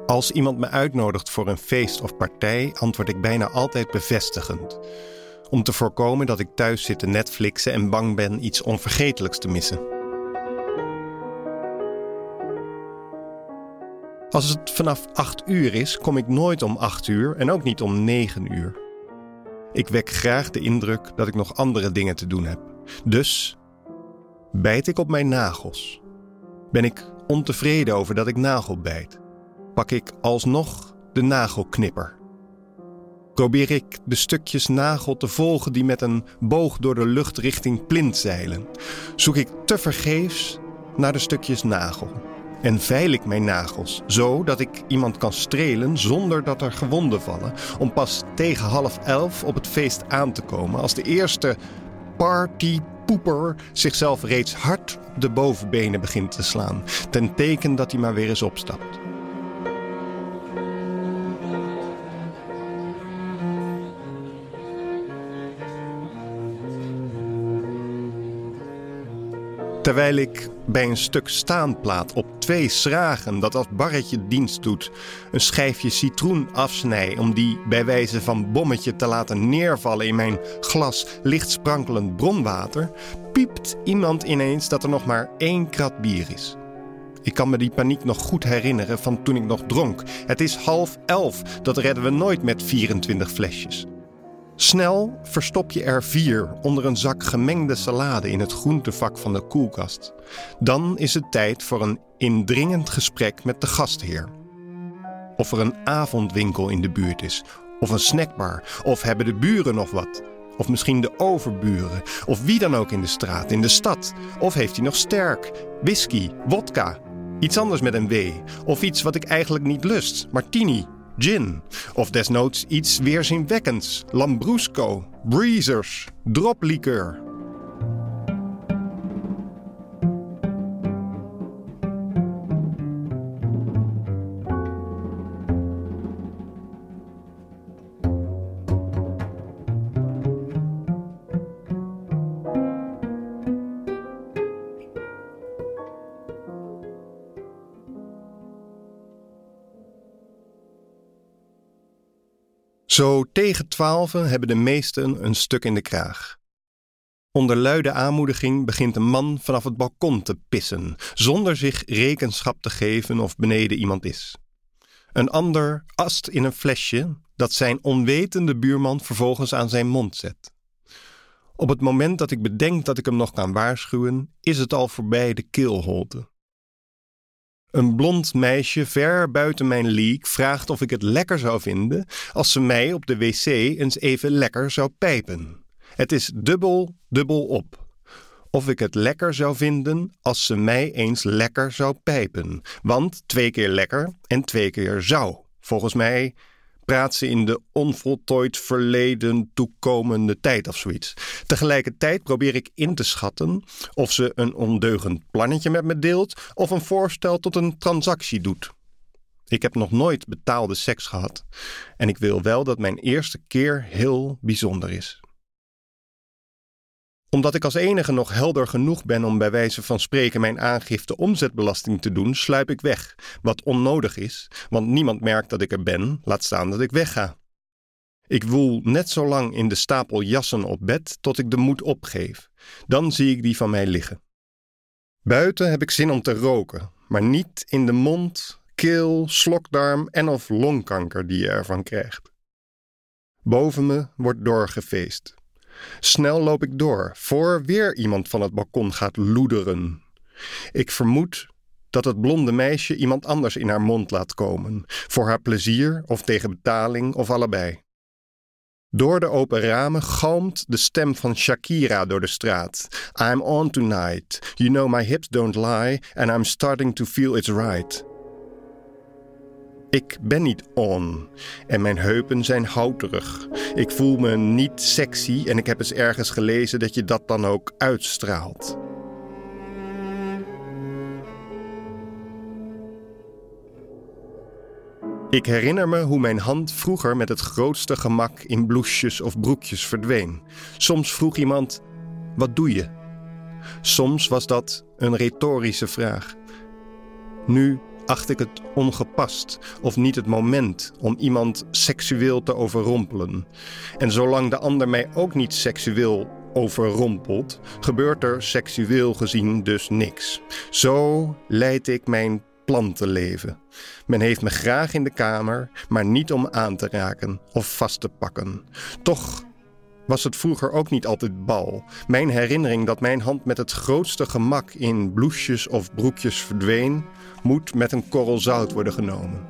Als iemand me uitnodigt voor een feest of partij, antwoord ik bijna altijd bevestigend. Om te voorkomen dat ik thuis zit te Netflixen en bang ben iets onvergetelijks te missen. Als het vanaf 8 uur is, kom ik nooit om 8 uur en ook niet om 9 uur. Ik wek graag de indruk dat ik nog andere dingen te doen heb. Dus bijt ik op mijn nagels. Ben ik ontevreden over dat ik nagelbijt, pak ik alsnog de nagelknipper. Probeer ik de stukjes nagel te volgen die met een boog door de lucht richting plint zeilen. Zoek ik tevergeefs naar de stukjes nagel. En veil ik mijn nagels, zo dat ik iemand kan strelen zonder dat er gewonden vallen, om pas tegen 10:30 op het feest aan te komen als de eerste partypoeper zichzelf reeds hard op de bovenbenen begint te slaan, ten teken dat hij maar weer eens opstapt. Terwijl ik bij een stuk staanplaat op 2 schragen dat als barretje dienst doet, een schijfje citroen afsnij om die bij wijze van bommetje te laten neervallen in mijn glas licht sprankelend bronwater, piept iemand ineens dat er nog maar 1 krat bier is. Ik kan me die paniek nog goed herinneren van toen ik nog dronk. Het is 10:30, dat redden we nooit met 24 flesjes. Snel verstop je er 4 onder een zak gemengde salade in het groentevak van de koelkast. Dan is het tijd voor een indringend gesprek met de gastheer. Of er een avondwinkel in de buurt is, of een snackbar, of hebben de buren nog wat. Of misschien de overburen, of wie dan ook in de straat, in de stad. Of heeft hij nog sterk, whisky, wodka, iets anders met een W. Of iets wat ik eigenlijk niet lust, martini, gin. Of desnoods iets weerzinwekkends, lambrusco, breezers, droplikeur. Zo tegen 12 hebben de meesten een stuk in de kraag. Onder luide aanmoediging begint een man vanaf het balkon te pissen, zonder zich rekenschap te geven of beneden iemand is. Een ander ast in een flesje dat zijn onwetende buurman vervolgens aan zijn mond zet. Op het moment dat ik bedenk dat ik hem nog kan waarschuwen, is het al voorbij de keelholte. Een blond meisje ver buiten mijn league vraagt of ik het lekker zou vinden als ze mij op de wc eens even lekker zou pijpen. Het is dubbel op. Of ik het lekker zou vinden als ze mij eens lekker zou pijpen. Want 2 keer lekker en 2 keer zou. Volgens mij praat ze in de onvoltooid verleden toekomende tijd of zoiets. Tegelijkertijd probeer ik in te schatten of ze een ondeugend plannetje met me deelt of een voorstel tot een transactie doet. Ik heb nog nooit betaalde seks gehad en ik wil wel dat mijn eerste keer heel bijzonder is. Omdat ik als enige nog helder genoeg ben om bij wijze van spreken mijn aangifte omzetbelasting te doen, sluip ik weg. Wat onnodig is, want niemand merkt dat ik er ben, laat staan dat ik wegga. Ik woel net zo lang in de stapel jassen op bed tot ik de moed opgeef. Dan zie ik die van mij liggen. Buiten heb ik zin om te roken, maar niet in de mond, keel, slokdarm en of longkanker die je ervan krijgt. Boven me wordt doorgefeest. Snel loop ik door, voor weer iemand van het balkon gaat loederen. Ik vermoed dat het blonde meisje iemand anders in haar mond laat komen, voor haar plezier of tegen betaling of allebei. Door de open ramen galmt de stem van Shakira door de straat. I'm on tonight, you know my hips don't lie and I'm starting to feel it's right. Ik ben niet on en mijn heupen zijn houterig. Ik voel me niet sexy en ik heb eens ergens gelezen dat je dat dan ook uitstraalt. Ik herinner me hoe mijn hand vroeger met het grootste gemak in blouses of broekjes verdween. Soms vroeg iemand, wat doe je? Soms was dat een retorische vraag. Nu acht ik het ongepast of niet het moment om iemand seksueel te overrompelen. En zolang de ander mij ook niet seksueel overrompelt, gebeurt er seksueel gezien dus niks. Zo leid ik mijn plantenleven. Men heeft me graag in de kamer, maar niet om aan te raken of vast te pakken. Toch was het vroeger ook niet altijd bal. Mijn herinnering dat mijn hand met het grootste gemak in blouses of broekjes verdween, moet met een korrel zout worden genomen.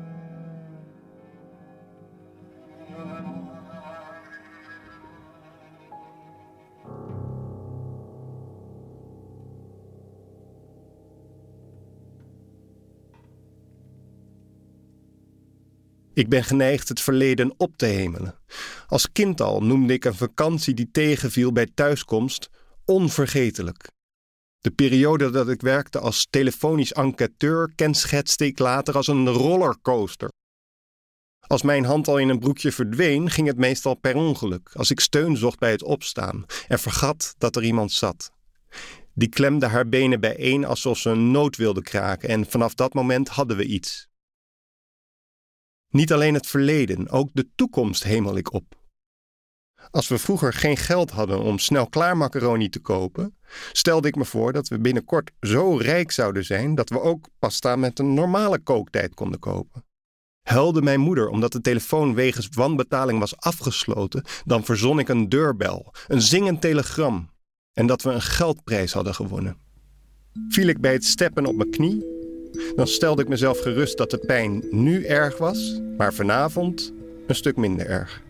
Ik ben geneigd het verleden op te hemelen. Als kind al noemde ik een vakantie die tegenviel bij thuiskomst onvergetelijk. De periode dat ik werkte als telefonisch enquêteur kenschetste ik later als een rollercoaster. Als mijn hand al in een broekje verdween, ging het meestal per ongeluk, als ik steun zocht bij het opstaan en vergat dat er iemand zat. Die klemde haar benen bijeen alsof ze een noot wilde kraken en vanaf dat moment hadden we iets. Niet alleen het verleden, ook de toekomst hemel ik op. Als we vroeger geen geld hadden om snel klaar macaroni te kopen, stelde ik me voor dat we binnenkort zo rijk zouden zijn dat we ook pasta met een normale kooktijd konden kopen. Huilde mijn moeder omdat de telefoon wegens wanbetaling was afgesloten, dan verzon ik een deurbel, een zingend telegram en dat we een geldprijs hadden gewonnen. Viel ik bij het steppen op mijn knie, dan stelde ik mezelf gerust dat de pijn nu erg was, maar vanavond een stuk minder erg.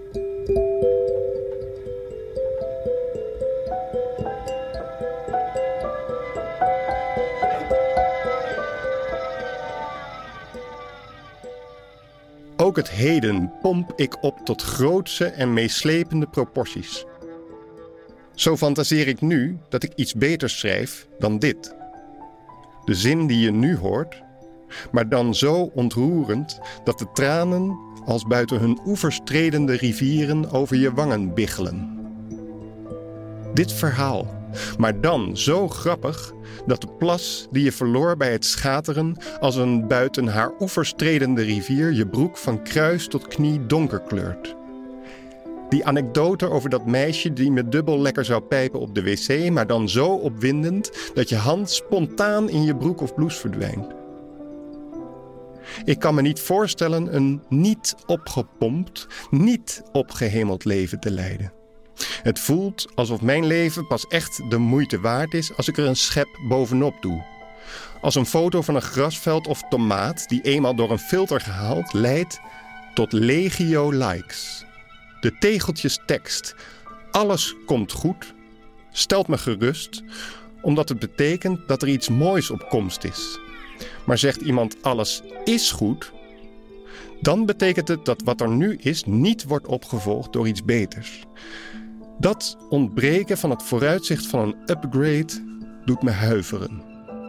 Ook het heden pomp ik op tot grootse en meeslepende proporties. Zo fantaseer ik nu dat ik iets beters schrijf dan dit. De zin die je nu hoort, maar dan zo ontroerend dat de tranen als buiten hun oevers tredende rivieren over je wangen biggelen. Dit verhaal, maar dan zo grappig dat de plas die je verloor bij het schateren als een buiten haar oevers tredende rivier je broek van kruis tot knie donker kleurt. Die anekdote over dat meisje die me dubbel lekker zou pijpen op de wc, maar dan zo opwindend dat je hand spontaan in je broek of blouse verdwijnt. Ik kan me niet voorstellen een niet opgepompt, niet opgehemeld leven te leiden. Het voelt alsof mijn leven pas echt de moeite waard is als ik er een schep bovenop doe. Als een foto van een grasveld of tomaat die eenmaal door een filter gehaald leidt tot legio likes. De tegeltjes tekst, alles komt goed, stelt me gerust, omdat het betekent dat er iets moois op komst is. Maar zegt iemand alles is goed, dan betekent het dat wat er nu is niet wordt opgevolgd door iets beters. Dat ontbreken van het vooruitzicht van een upgrade doet me huiveren.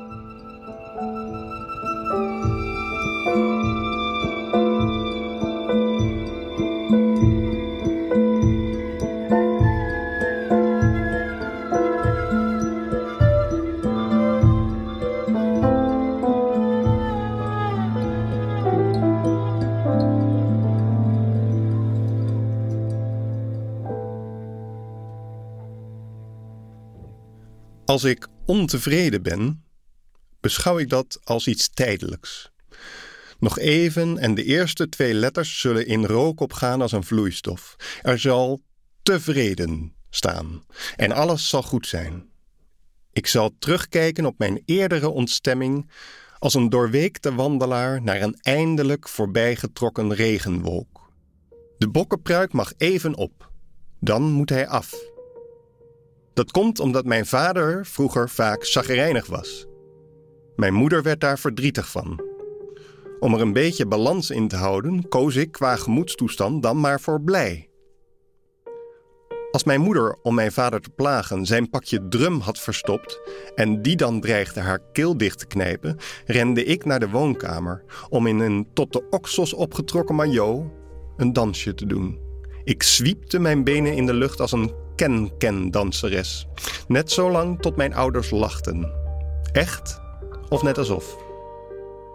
Als ik ontevreden ben, beschouw ik dat als iets tijdelijks. Nog even en de eerste 2 letters zullen in rook opgaan als een vloeistof. Er zal tevreden staan en alles zal goed zijn. Ik zal terugkijken op mijn eerdere ontstemming als een doorweekte wandelaar naar een eindelijk voorbijgetrokken regenwolk. De bokkenpruik mag even op, dan moet hij af. Dat komt omdat mijn vader vroeger vaak chagrijnig was. Mijn moeder werd daar verdrietig van. Om er een beetje balans in te houden, koos ik qua gemoedstoestand dan maar voor blij. Als mijn moeder, om mijn vader te plagen, zijn pakje drum had verstopt en die dan dreigde haar keel dicht te knijpen, rende ik naar de woonkamer om in een tot de oksels opgetrokken maillot een dansje te doen. Ik zwiepte mijn benen in de lucht als een ken-ken-danseres. Net zo lang tot mijn ouders lachten. Echt of net alsof.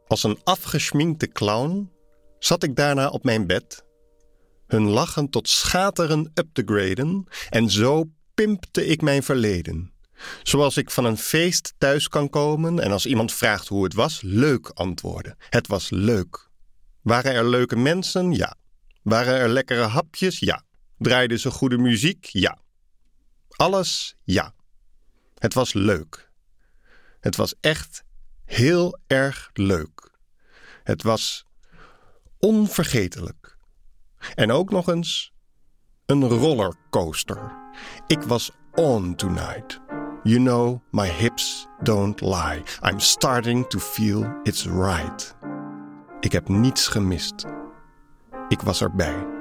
Als een afgeschminkte clown zat ik daarna op mijn bed, hun lachen tot schateren up te graden, en zo pimpte ik mijn verleden. Zoals ik van een feest thuis kan komen en als iemand vraagt hoe het was, leuk antwoorden. Het was leuk. Waren er leuke mensen? Ja. Waren er lekkere hapjes? Ja. Draaide ze goede muziek? Ja. Alles? Ja. Het was leuk. Het was echt heel erg leuk. Het was onvergetelijk. En ook nog eens een rollercoaster. Ik was on tonight. You know, my hips don't lie. I'm starting to feel it's right. Ik heb niets gemist. Ik was erbij.